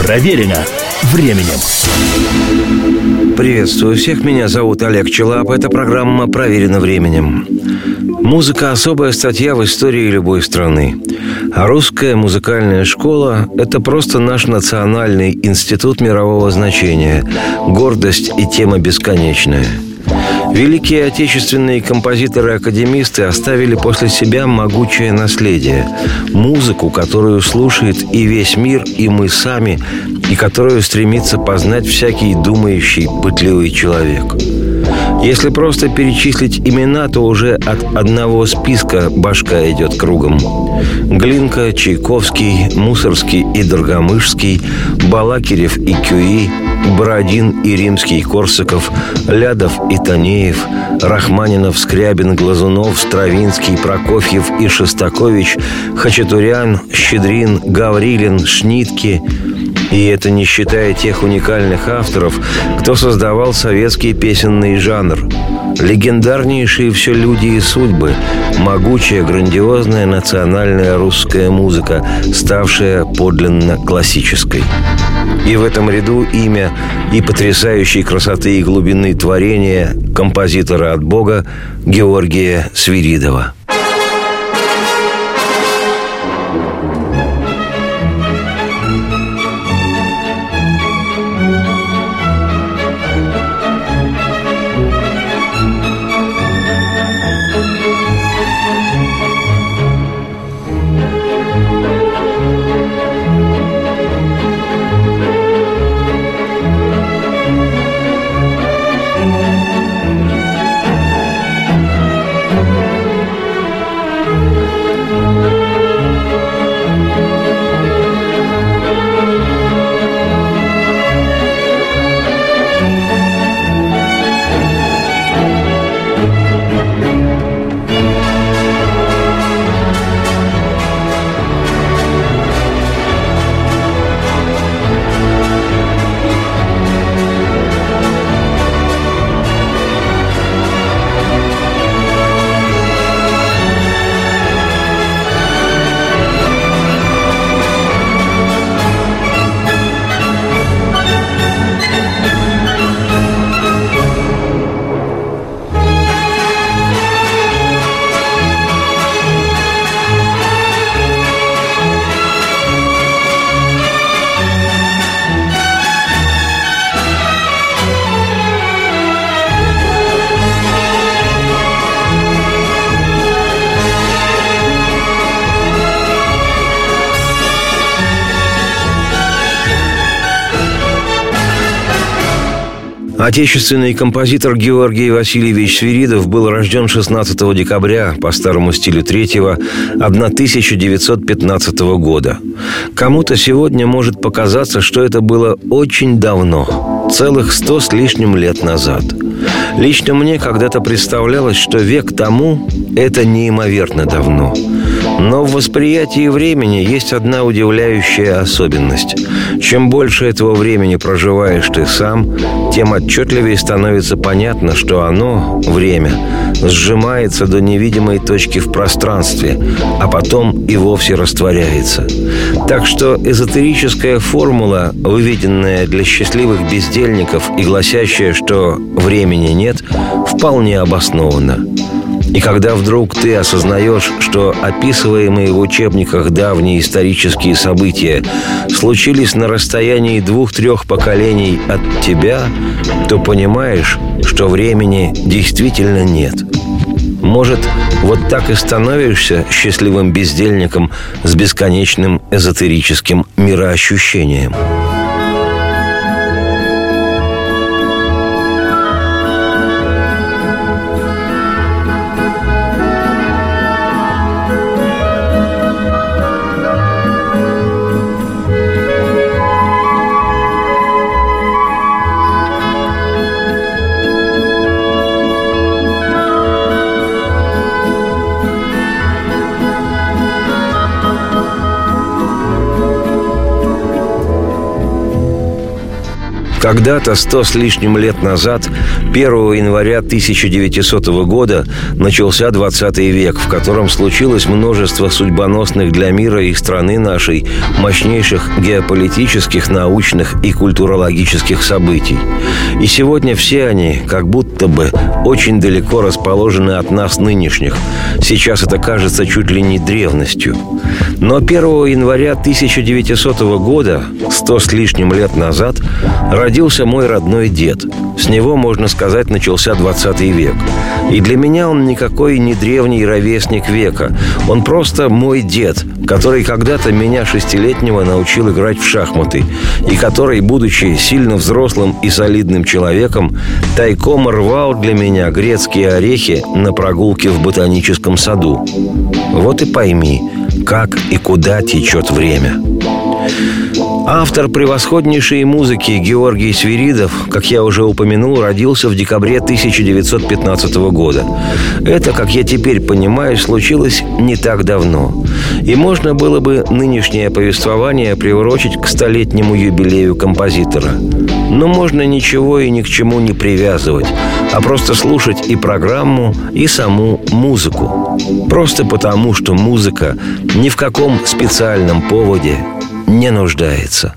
Проверено временем. Приветствую всех, меня зовут Олег Челап. Это программа «Проверено временем». Музыка – особая статья в истории любой страны. А русская музыкальная школа – это просто наш национальный институт мирового значения, гордость и тема бесконечная. Великие отечественные композиторы-академисты оставили после себя могучее наследие. Музыку, которую слушает и весь мир, и мы сами, и которую стремится познать всякий думающий, пытливый человек. Если просто перечислить имена, то уже от одного списка башка идет кругом. Глинка, Чайковский, Мусорский и Доргомышский, Балакирев и Кюи, Бородин и Римский-Корсаков, Лядов и Танеев, Рахманинов, Скрябин, Глазунов, Стравинский, Прокофьев и Шостакович, Хачатурян, Щедрин, Гаврилин, Шнитке. И это не считая тех уникальных авторов, кто создавал советский песенный жанр. Легендарнейшие все люди и судьбы, могучая, грандиозная национальная русская музыка, ставшая подлинно классической. И в этом ряду имя и потрясающей красоты и глубины творения композитора от Бога Георгия Свиридова. Отечественный композитор Георгий Васильевич Свиридов был рожден 16 декабря по старому стилю 3-го 1915 года. Кому-то сегодня может показаться, что это было очень давно, целых 100 с лишним лет назад. Лично мне когда-то представлялось, что век тому – это неимоверно давно. Но в восприятии времени есть одна удивляющая особенность. Чем больше этого времени проживаешь ты сам, тем отчетливее становится понятно, что оно, время, сжимается до невидимой точки в пространстве, а потом и вовсе растворяется. Так что эзотерическая формула, выведенная для счастливых бездельников и гласящая, что времени нет, вполне обоснована. И когда вдруг ты осознаешь, что описываемые в учебниках давние исторические события случились на расстоянии 2-3 поколений от тебя, то понимаешь, что времени действительно нет. Может, вот так и становишься счастливым бездельником с бесконечным эзотерическим мироощущением. Когда-то, 100 с лишним лет назад, 1 января 1900 года, начался 20 век, в котором случилось множество судьбоносных для мира и страны нашей мощнейших геополитических, научных и культурологических событий. И сегодня все они, как будто бы, очень далеко расположены от нас нынешних. Сейчас это кажется чуть ли не древностью. Но 1 января 1900 года, 100 с лишним лет назад, родился мой родной дед. С него, можно сказать, начался 20 век. И для меня он никакой не древний ровесник века. Он просто мой дед, который когда-то меня, 6-летнего, научил играть в шахматы. И который, будучи сильно взрослым и солидным человеком, тайком рвал для меня грецкие орехи на прогулке в ботаническом саду. Вот и пойми, как и куда течет время. Автор превосходнейшей музыки Георгий Свиридов, как я уже упомянул, родился в декабре 1915 года. Это, как я теперь понимаю, случилось не так давно. И можно было бы нынешнее повествование приурочить к 100-летнему юбилею композитора. Но можно ничего и ни к чему не привязывать, а просто слушать и программу, и саму музыку. Просто потому, что музыка ни в каком специальном поводе не нуждается.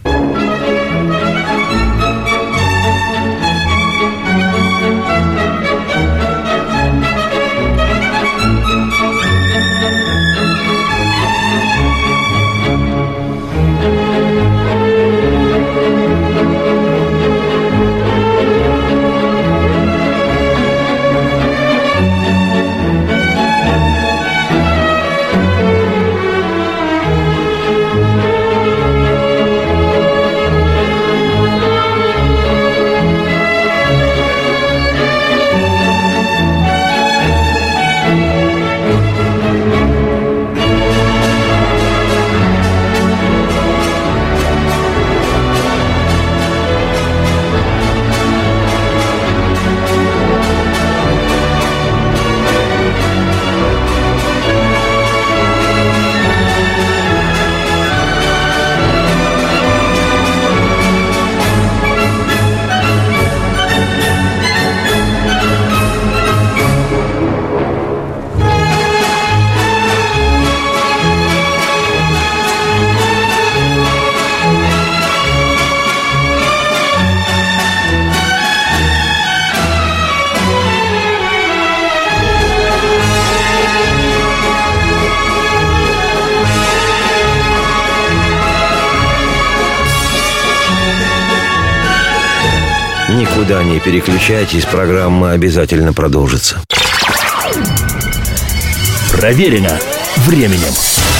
Никуда не переключайтесь, программа обязательно продолжится. Проверено временем.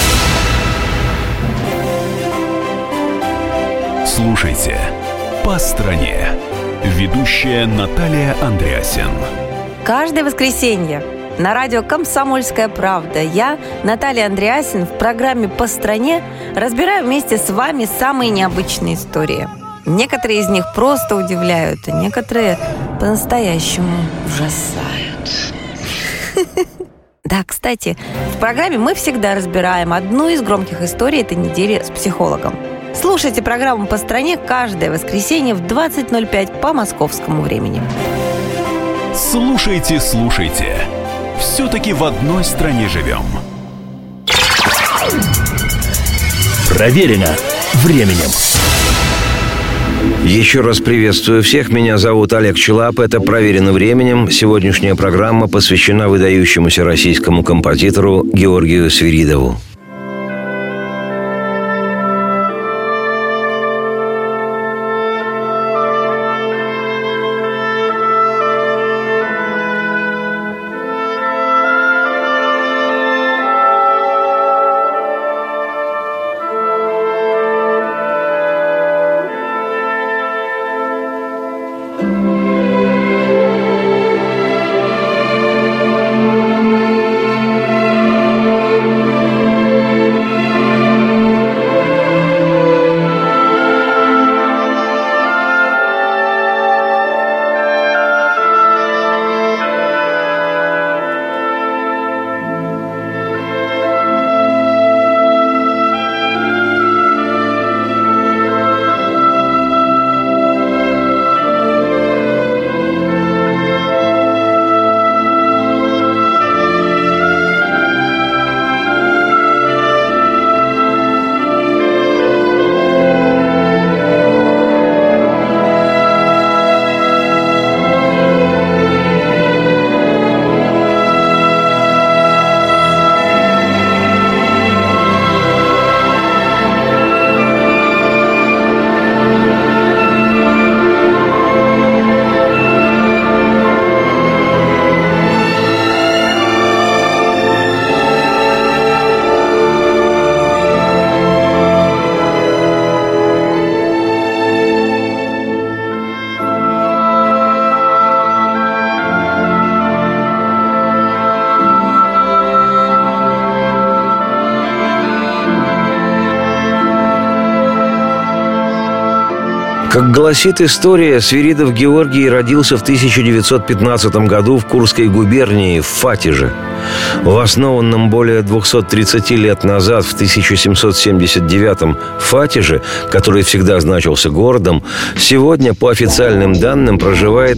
Слушайте «По стране». Ведущая Наталья Андреасен. Каждое воскресенье на радио «Комсомольская правда» я, Наталья Андреасен, в программе «По стране» разбираю вместе с вами самые необычные истории. Некоторые из них просто удивляют, а некоторые по-настоящему ужасают. Да, кстати, в программе мы всегда разбираем одну из громких историй этой недели с психологом. Слушайте программу «По стране» каждое воскресенье в 20:05 по московскому времени. Слушайте, слушайте. Все-таки в одной стране живем. Проверено временем. Еще раз приветствую всех. Меня зовут Олег Челап. Это «Проверено временем». Сегодняшняя программа посвящена выдающемуся российскому композитору Георгию Свиридову. Как гласит история, Свиридов Георгий родился в 1915 году в Курской губернии, в Фатиже. В основанном более 230 лет назад, в 1779-м, Фатиже, который всегда значился городом, сегодня, по официальным данным, проживает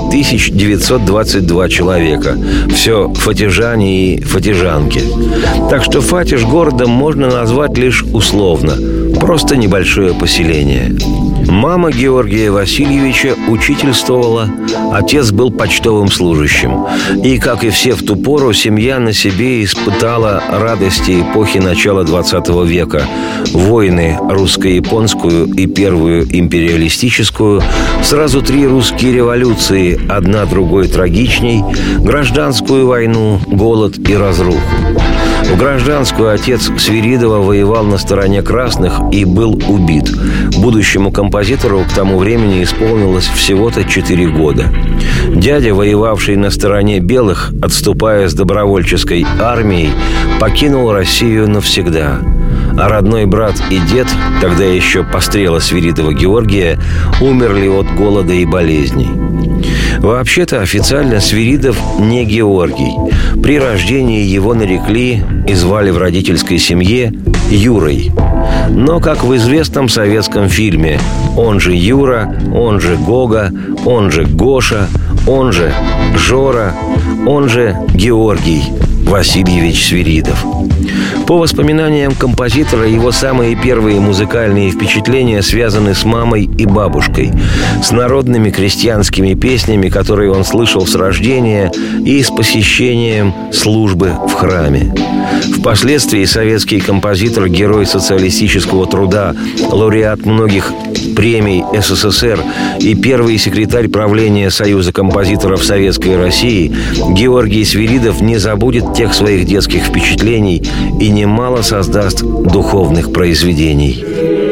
5922 человека. Все фатижане и фатижанки. Так что Фатиж городом можно назвать лишь условно. Просто небольшое поселение. Мама Георгия Васильевича учительствовала, отец был почтовым служащим. И, как и все в ту пору, семья на себе испытала радости эпохи начала XX века. Войны русско-японскую и первую империалистическую, сразу 3 русские революции, одна другой трагичней, гражданскую войну, голод и разруху. В гражданскую отец Свиридова воевал на стороне красных и был убит. Будущему композитору к тому времени исполнилось всего-то 4 года. Дядя, воевавший на стороне белых, отступая с добровольческой армией, покинул Россию навсегда. А родной брат и дед, тогда еще пострела Свиридова Георгия, умерли от голода и болезней. Вообще-то официально Свиридов не Георгий. При рождении его нарекли и звали в родительской семье Юрой. Но, как в известном советском фильме, он же Юра, он же Гога, он же Гоша, он же Жора, он же Георгий Васильевич Свиридов. По воспоминаниям композитора, его самые первые музыкальные впечатления связаны с мамой и бабушкой, с народными крестьянскими песнями, которые он слышал с рождения, и с посещением службы в храме. Впоследствии советский композитор, герой социалистического труда, лауреат многих премий СССР и первый секретарь правления Союза композиторов Советской России, Георгий Свиридов не забудет тех своих детских впечатлений и немало создаст духовных произведений.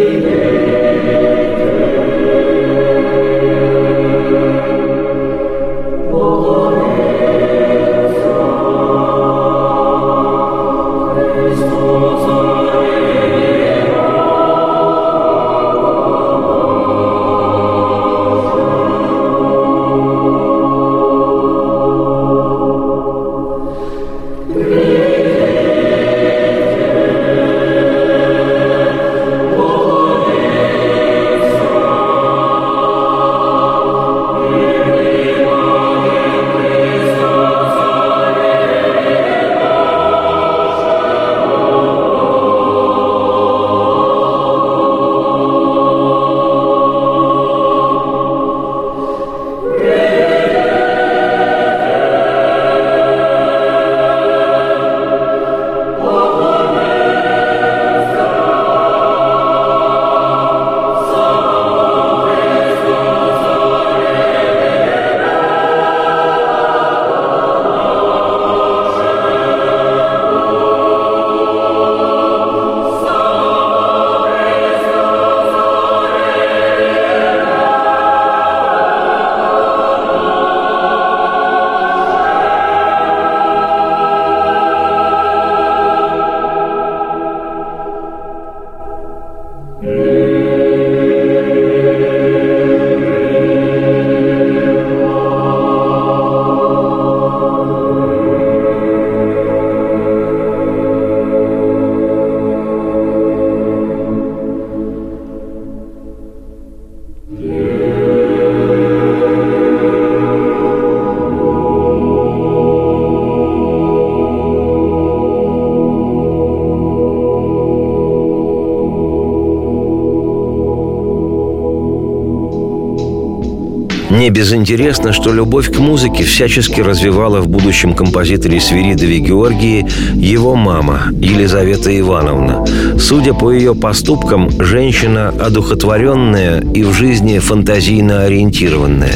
Не безинтересно, что любовь к музыке всячески развивала в будущем композиторе Свиридове Георгии его мама Елизавета Ивановна. Судя по ее поступкам, женщина одухотворенная и в жизни фантазийно ориентированная.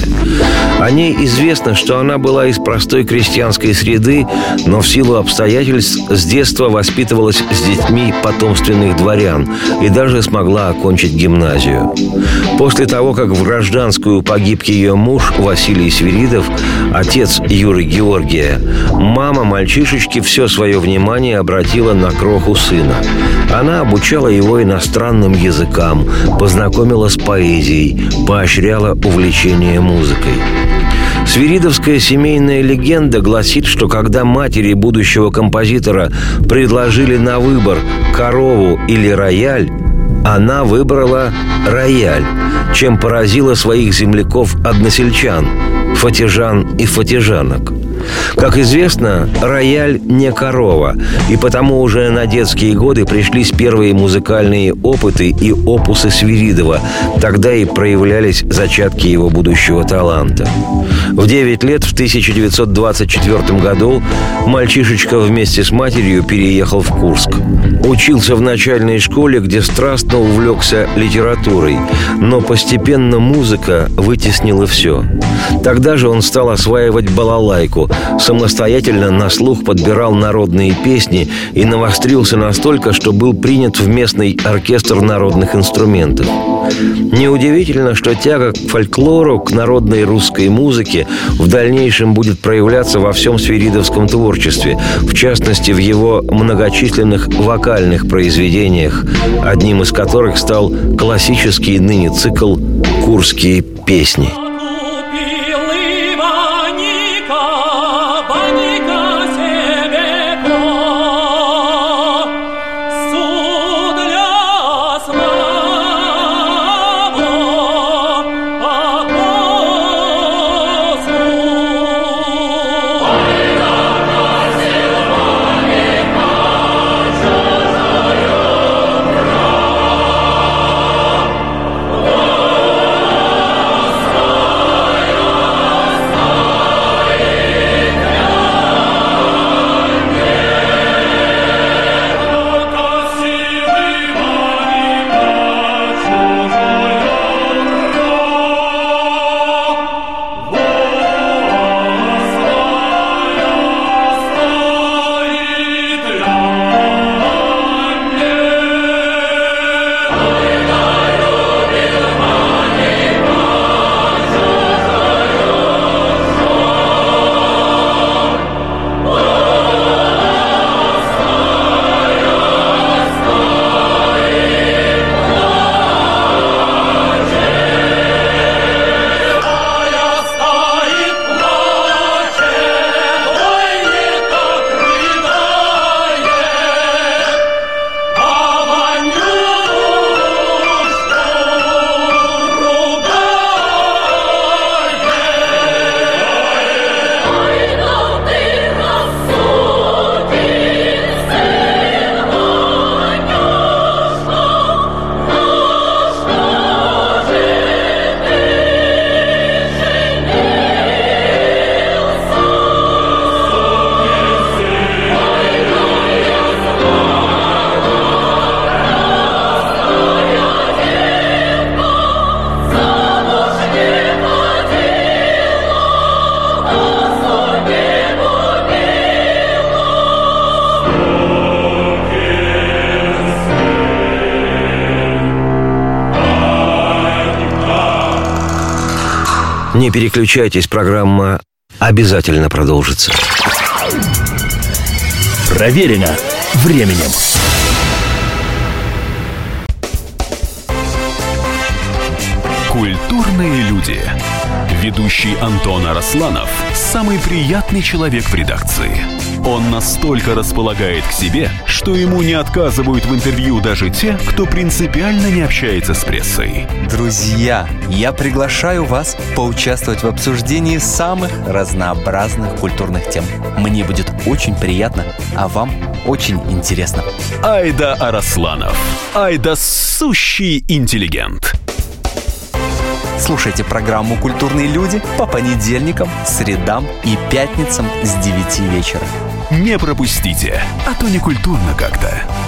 О ней известно, что она была из простой крестьянской среды, но в силу обстоятельств с детства воспитывалась с детьми потомственных дворян и даже смогла окончить гимназию. После того, как в гражданскую погиб ее ее муж Василий Свиридов, отец Юры Георгия, мама мальчишечки все свое внимание обратила на кроху сына. Она обучала его иностранным языкам, познакомила с поэзией, поощряла увлечение музыкой. Свиридовская семейная легенда гласит, что когда матери будущего композитора предложили на выбор корову или рояль, она выбрала рояль, чем поразила своих земляков-односельчан, фатижан и фатижанок. Как известно, рояль не корова, и потому уже на детские годы пришлись первые музыкальные опыты и опусы Свиридова. Тогда и проявлялись зачатки его будущего таланта. В 9 лет, в 1924 году, мальчишечка вместе с матерью переехал в Курск. Учился в начальной школе, где страстно увлекся литературой, но постепенно музыка вытеснила все. Тогда же он стал осваивать балалайку, самостоятельно на слух подбирал народные песни и навострился настолько, что был принят в местный оркестр народных инструментов. Неудивительно, что тяга к фольклору, к народной русской музыке в дальнейшем будет проявляться во всем свиридовском творчестве, в частности, в его многочисленных вокальных произведениях, одним из которых стал классический ныне цикл «Курские песни». Не переключайтесь, программа обязательно продолжится. Проверено временем. Культурные люди. Ведущий Антон Арасланов – самый приятный человек в редакции. Он настолько располагает к себе, что ему не отказывают в интервью даже те, кто принципиально не общается с прессой. Друзья, я приглашаю вас поучаствовать в обсуждении самых разнообразных культурных тем. Мне будет очень приятно, а вам очень интересно. Айда Арасланов. Айда сущий интеллигент. Слушайте программу «Культурные люди» по понедельникам, средам и пятницам с 9 вечера. Не пропустите, а то не культурно как-то.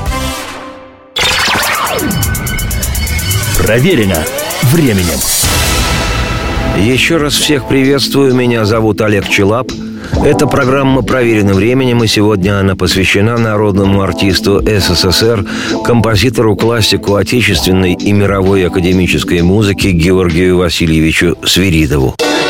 Проверено временем. Еще раз всех приветствую. Меня зовут Олег Челап. Эта программа проверена временем, и сегодня она посвящена народному артисту СССР, композитору, классику отечественной и мировой академической музыки Георгию Васильевичу Свиридову.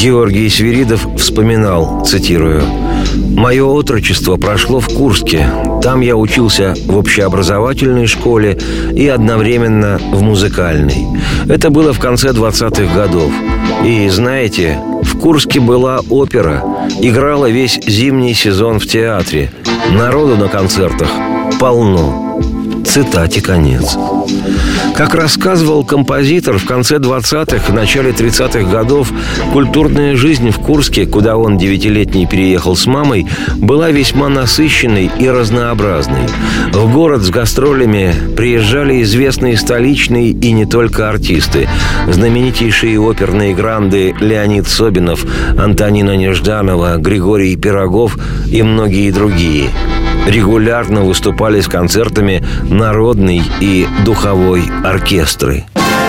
Георгий Свиридов вспоминал, цитирую: «Мое отрочество прошло в Курске. Там я учился в общеобразовательной школе и одновременно в музыкальной. Это было в конце 20-х годов. И, знаете, в Курске была опера. Играла весь зимний сезон в театре. Народу на концертах полно». Цитате конец. Как рассказывал композитор, в конце 20-х, начале 30-х годов культурная жизнь в Курске, куда он 9-летний переехал с мамой, была весьма насыщенной и разнообразной. В город с гастролями приезжали известные столичные и не только артисты. Знаменитейшие оперные гранды Леонид Собинов, Антонина Нежданова, Григорий Пирогов и многие другие. Регулярно выступали с концертами народный и духовой оркестры.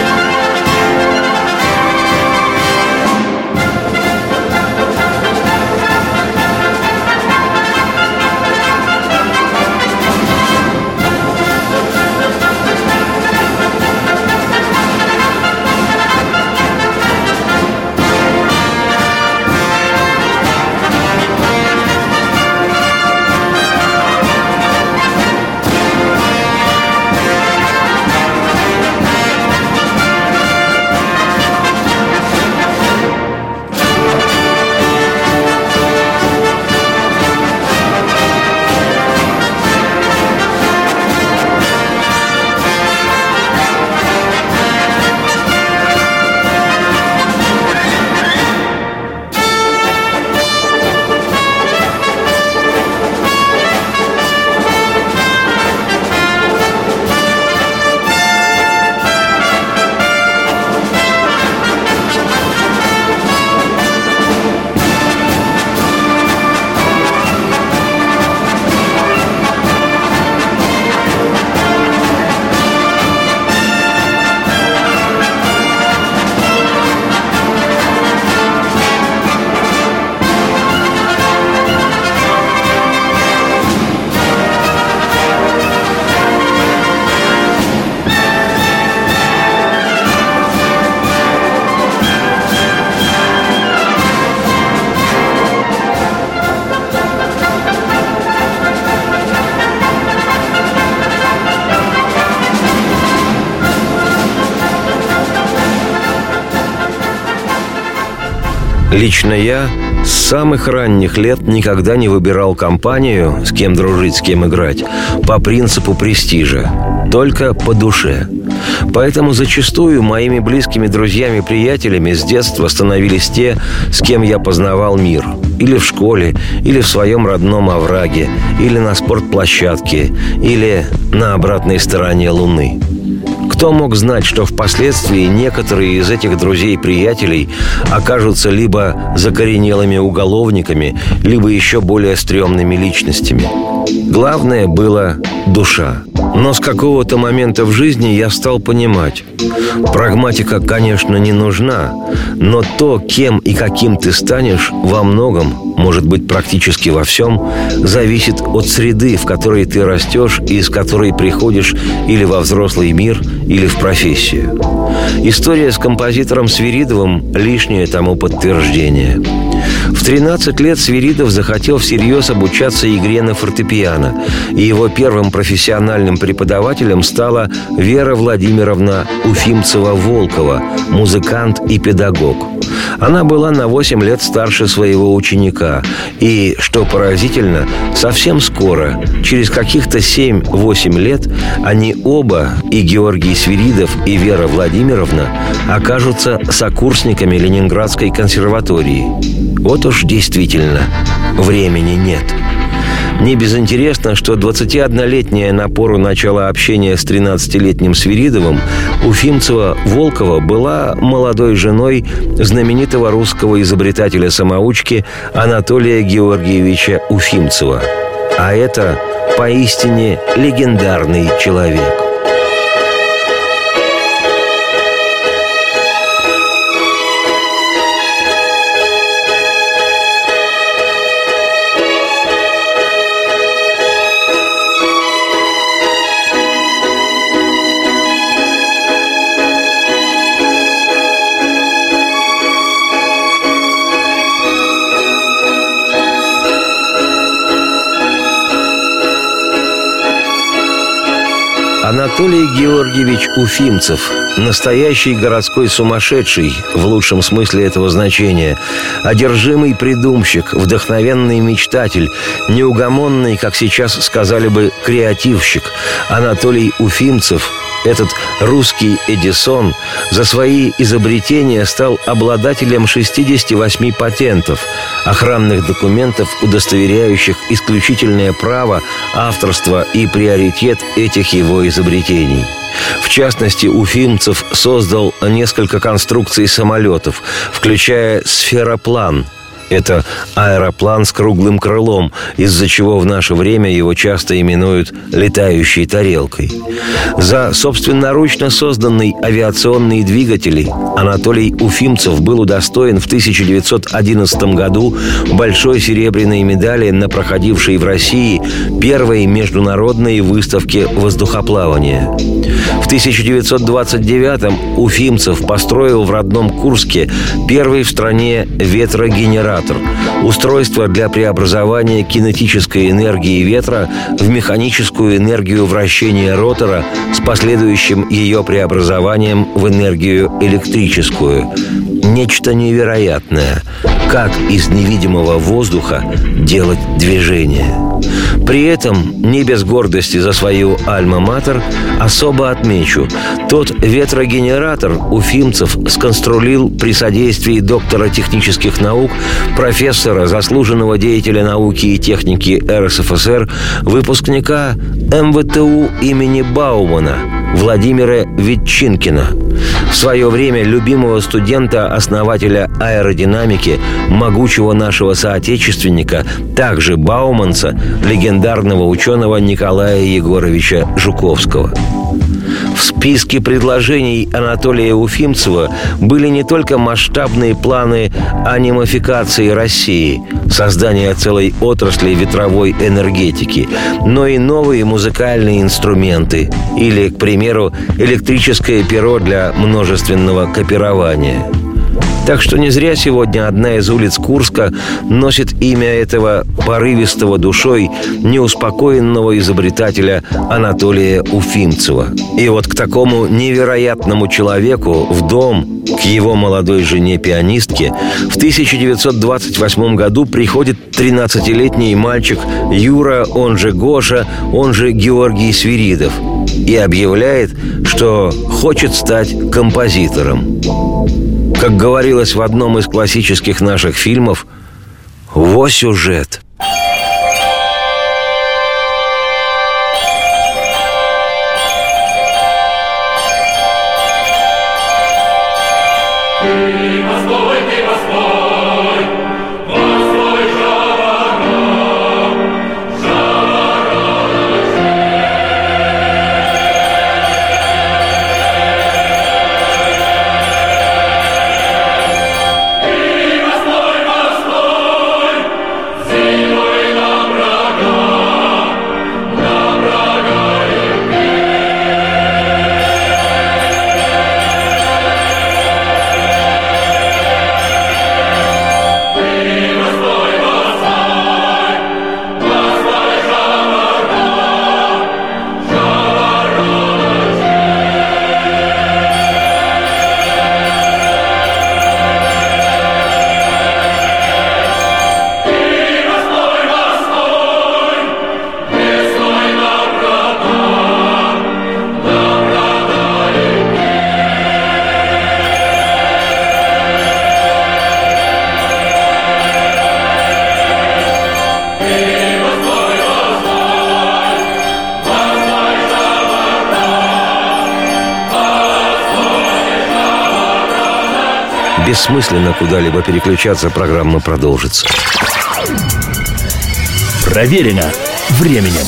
Лично я с самых ранних лет никогда не выбирал компанию, с кем дружить, с кем играть, по принципу престижа, только по душе. Поэтому зачастую моими близкими друзьями-приятелями с детства становились те, с кем я познавал мир. Или в школе, или в своем родном овраге, или на спортплощадке, или на обратной стороне Луны. Кто мог знать, что впоследствии некоторые из этих друзей-приятелей окажутся либо закоренелыми уголовниками, либо еще более стрёмными личностями. Главное было душа. Но с какого-то момента в жизни я стал понимать: прагматика, конечно, не нужна, но то, кем и каким ты станешь, во многом, может быть, практически во всем, зависит от среды, в которой ты растешь и из которой приходишь или во взрослый мир, или в профессию. История с композитором Свиридовым – лишнее тому подтверждение. В 13 лет Свиридов захотел всерьез обучаться игре на фортепиано, и его первым профессиональным преподавателем стала Вера Владимировна Уфимцева-Волкова, музыкант и педагог. Она была на 8 лет старше своего ученика, и, что поразительно, совсем скоро, через каких-то 7-8 лет, они оба, и Георгий Свиридов, и Вера Владимировна, окажутся сокурсниками Ленинградской консерватории. Вот уж действительно, времени нет. Не безинтересно, что 21-летняя на пору начала общения с 13-летним Свиридовым Уфимцева-Волкова была молодой женой знаменитого русского изобретателя-самоучки Анатолия Георгиевича Уфимцева. А это поистине легендарный человек. Анатолий Георгиевич Уфимцев, настоящий городской сумасшедший, в лучшем смысле этого значения, одержимый придумщик, вдохновенный мечтатель, неугомонный, как сейчас сказали бы, креативщик. Анатолий Уфимцев, этот русский Эдисон, за свои изобретения стал обладателем 68 патентов, охранных документов, удостоверяющих исключительное право, авторство и приоритет этих его изобретений. В частности, Уфимцев создал несколько конструкций самолетов, включая сфероплан. Это аэроплан с круглым крылом, из-за чего в наше время его часто именуют «летающей тарелкой». За собственноручно созданные авиационные двигатели Анатолий Уфимцев был удостоен в 1911 году большой серебряной медали на проходившей в России первой международной выставке воздухоплавания. В 1929-м Уфимцев построил в родном Курске первый в стране ветрогенератор – устройство для преобразования кинетической энергии ветра в механическую энергию вращения ротора с последующим ее преобразованием в энергию электрическую. Нечто невероятное. Как из невидимого воздуха делать движение. При этом, не без гордости за свою альма-матер, особо отмечу, тот ветрогенератор Уфимцев сконструировал при содействии доктора технических наук, профессора, заслуженного деятеля науки и техники РСФСР, выпускника МВТУ имени Баумана Владимира Ветчинкина. В свое время любимого студента, основателя аэродинамики, могучего нашего соотечественника, также бауманца, легендарного ученого Николая Егоровича Жуковского. В списке предложений Анатолия Уфимцева были не только масштабные планы анимификации России, создания целой отрасли ветровой энергетики, но и новые музыкальные инструменты или, к примеру, электрическое перо для множественного копирования. Так что не зря сегодня одна из улиц Курска носит имя этого порывистого душой неуспокоенного изобретателя Анатолия Уфимцева. И вот к такому невероятному человеку в дом, к его молодой жене-пианистке, в 1928 году приходит 13-летний мальчик Юра, он же Гоша, он же Георгий Свиридов, и объявляет, что хочет стать композитором. Как говорилось в одном из классических наших фильмов, «Во сюжет». Бессмысленно куда-либо переключаться, программа продолжится. Проверено временем.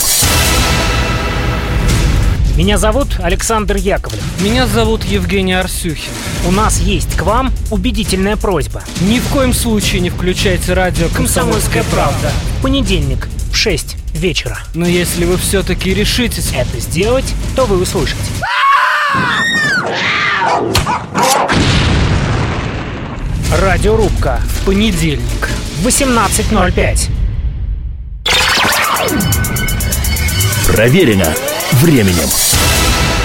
Меня зовут Александр Яковлев. Меня зовут Евгений Арсюхин. У нас есть к вам убедительная просьба. Ни в коем случае не включайте радио «Комсомольская правда». В понедельник в 6 вечера. Но если вы все-таки решитесь это сделать, то вы услышите. Радиорубка в понедельник в 18:05. Проверено временем.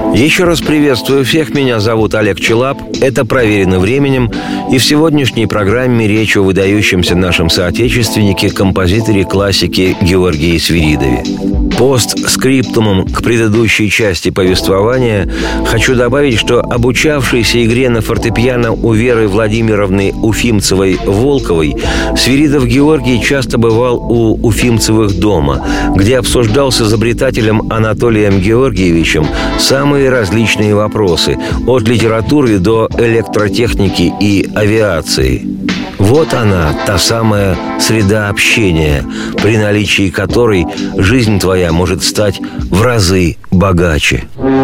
Еще раз приветствую всех, меня зовут Олег Челап, это «Проверено временем», и в сегодняшней программе речь о выдающемся нашем соотечественнике, композиторе классики Георгии Свиридове. Постскриптумом к предыдущей части повествования хочу добавить, что обучавшийся игре на фортепиано у Веры Владимировны Уфимцевой-Волковой, Свиридов Георгий часто бывал у Уфимцевых дома, где обсуждал с изобретателем Анатолием Георгиевичем самые различные вопросы, от литературы до электротехники и авиации. Вот она, та самая среда общения, при наличии которой жизнь твоя может стать в разы богаче.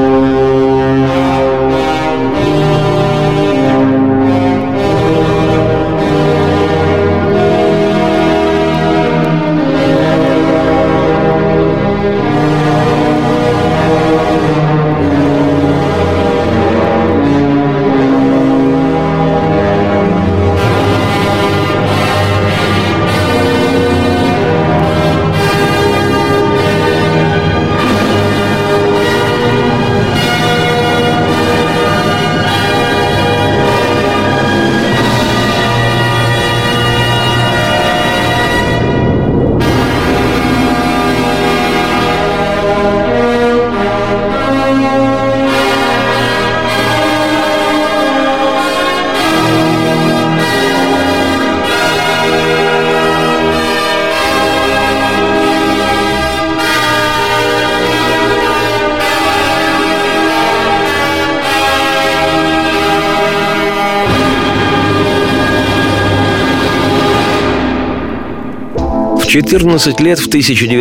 В 14 лет в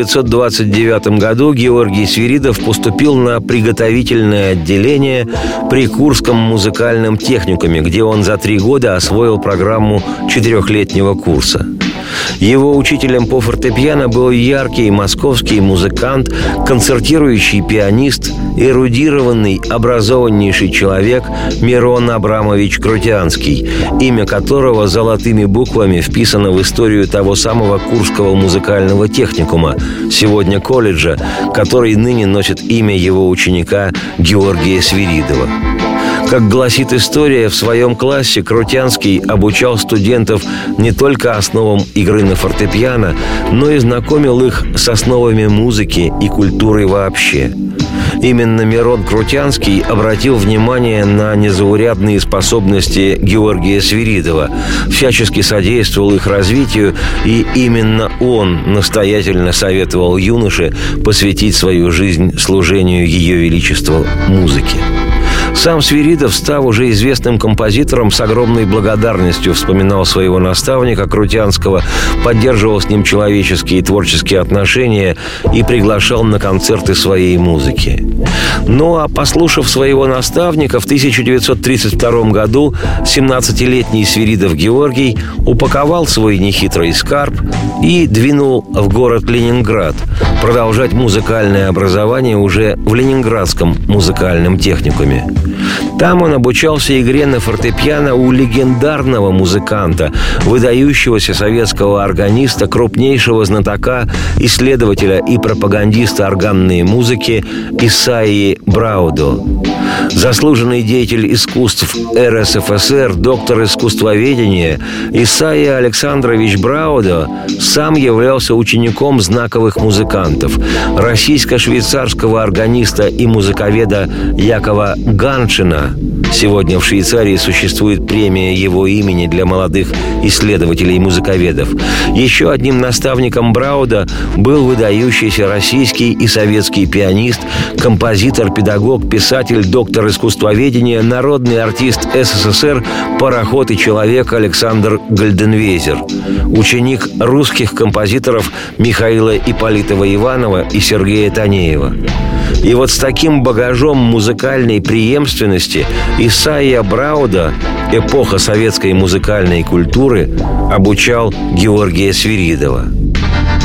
1929 году Георгий Свиридов поступил на приготовительное отделение при Курском музыкальном техникуме, где он за 3 года освоил программу 4-летнего курса. Его учителем по фортепиано был яркий московский музыкант, концертирующий пианист, эрудированный, образованнейший человек Мирон Абрамович Крутянский, имя которого золотыми буквами вписано в историю того самого Курского музыкального техникума, сегодня колледжа, который ныне носит имя его ученика Георгия Свиридова. Как гласит история, в своем классе Крутянский обучал студентов не только основам игры на фортепиано, но и знакомил их с основами музыки и культуры вообще. Именно Мирон Крутянский обратил внимание на незаурядные способности Георгия Свиридова, всячески содействовал их развитию, и именно он настоятельно советовал юноше посвятить свою жизнь служению Ее Величеству музыке. Сам Свиридов, став уже известным композитором, с огромной благодарностью вспоминал своего наставника Крутянского, поддерживал с ним человеческие и творческие отношения и приглашал на концерты своей музыки. Ну а послушав своего наставника, в 1932 году 17-летний Свиридов Георгий упаковал свой нехитрый скарб и двинул в город Ленинград продолжать музыкальное образование уже в Ленинградском музыкальном техникуме. Там он обучался игре на фортепиано у легендарного музыканта, выдающегося советского органиста, крупнейшего знатока, исследователя и пропагандиста органной музыки Исаии Браудо. Заслуженный деятель искусств РСФСР, доктор искусствоведения Исаия Александрович Браудо сам являлся учеником знаковых музыкантов – российско-швейцарского органиста и музыковеда Якова Ганшина. Сегодня в Швейцарии существует премия его имени для молодых исследователей и музыковедов. Еще одним наставником Брауда был выдающийся российский и советский пианист, композитор, педагог, писатель, доктор искусствоведения, народный артист СССР, пароход и человек Александр Гальденвейзер, ученик русских композиторов Михаила Ипполитова-Иванова и Сергея Танеева. И вот с таким багажом музыкальной преемственности Исаия Брауда, эпоха советской музыкальной культуры, обучал Георгия Свиридова.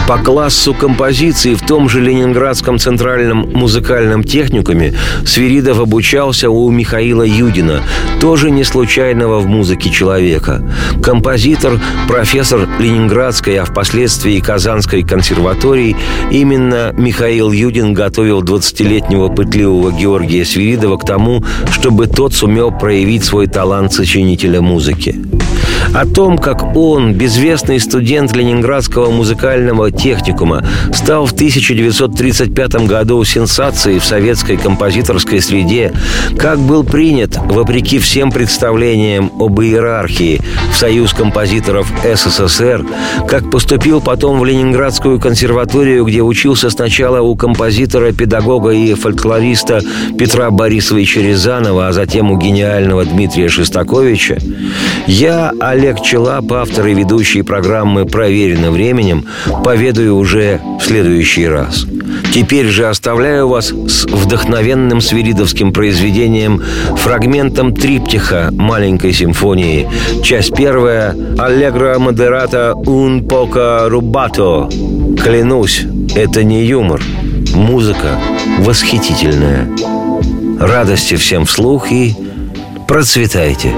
По классу композиции в том же Ленинградском центральном музыкальном техникуме Свиридов обучался у Михаила Юдина, тоже не случайного в музыке человека. Композитор, профессор Ленинградской, а впоследствии и Казанской консерватории, именно Михаил Юдин готовил 20-летнего пытливого Георгия Свиридова к тому, чтобы тот сумел проявить свой талант сочинителя музыки. О том, как он, безвестный студент Ленинградского музыкального техникума, стал в 1935 году сенсацией в советской композиторской среде, как был принят, вопреки всем представлениям об иерархии, в Союз композиторов СССР, как поступил потом в Ленинградскую консерваторию, где учился сначала у композитора, педагога и фольклориста Петра Борисовича Рязанова, а затем у гениального Дмитрия Шостаковича, я, Олег Челап, автор и ведущий программы «Проверено временем», поведаю уже в следующий раз. Теперь же оставляю вас с вдохновенным свиридовским произведением, фрагментом триптиха маленькой симфонии. Часть первая «Allegro moderato un poco rubato». Клянусь, это не юмор. Музыка восхитительная. Радости всем вслух и процветайте.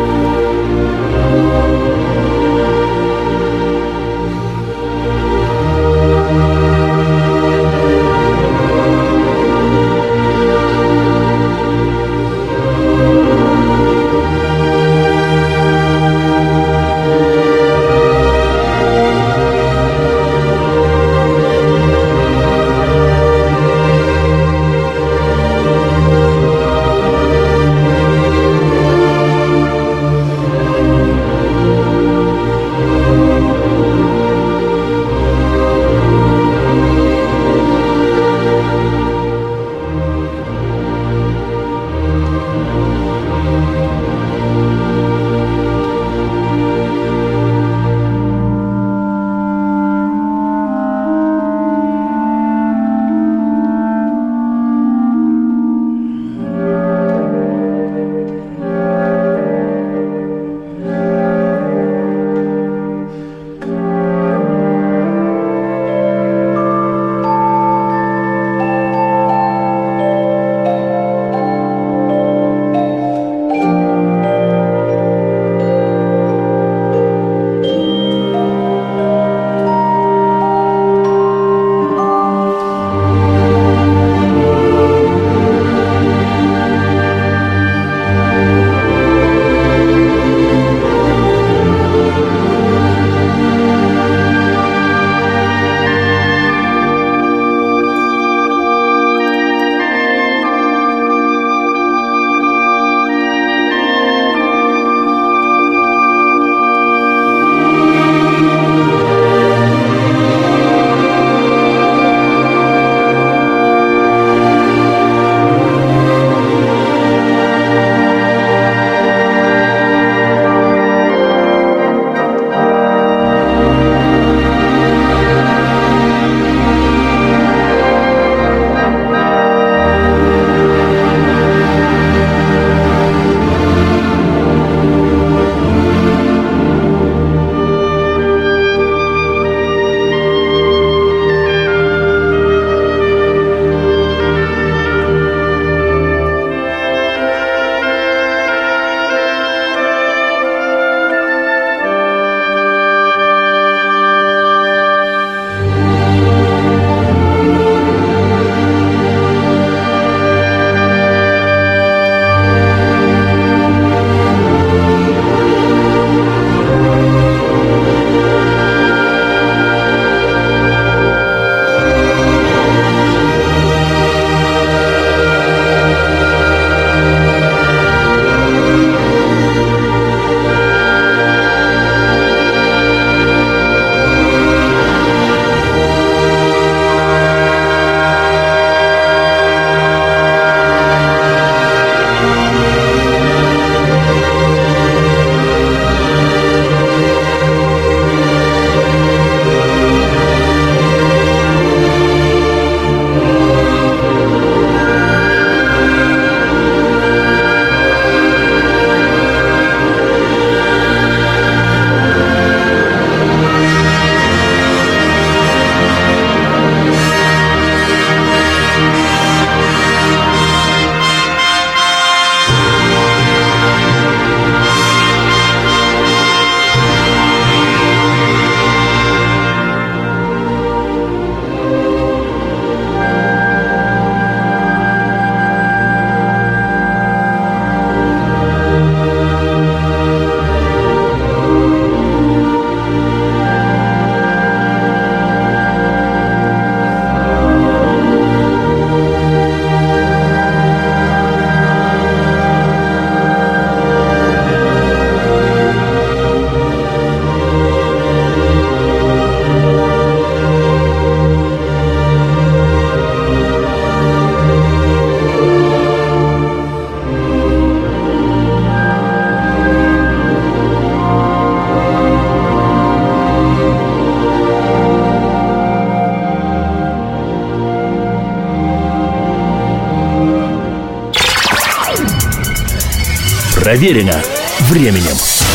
Проверено временем.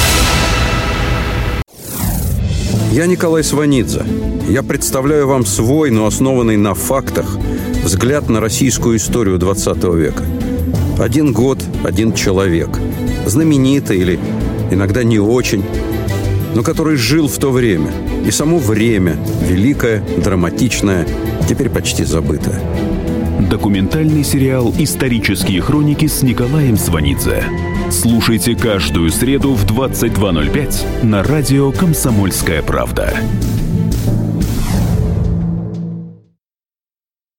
Я Николай Сванидзе. Я представляю вам свой, но основанный на фактах, взгляд на российскую историю 20 века. 1 год, 1 человек. Знаменитый или иногда не очень, но который жил в то время. И само время, великое, драматичное, теперь почти забытое. Документальный сериал «Исторические хроники» с Николаем Сванидзе. Слушайте каждую среду в 22:05 на радио «Комсомольская правда».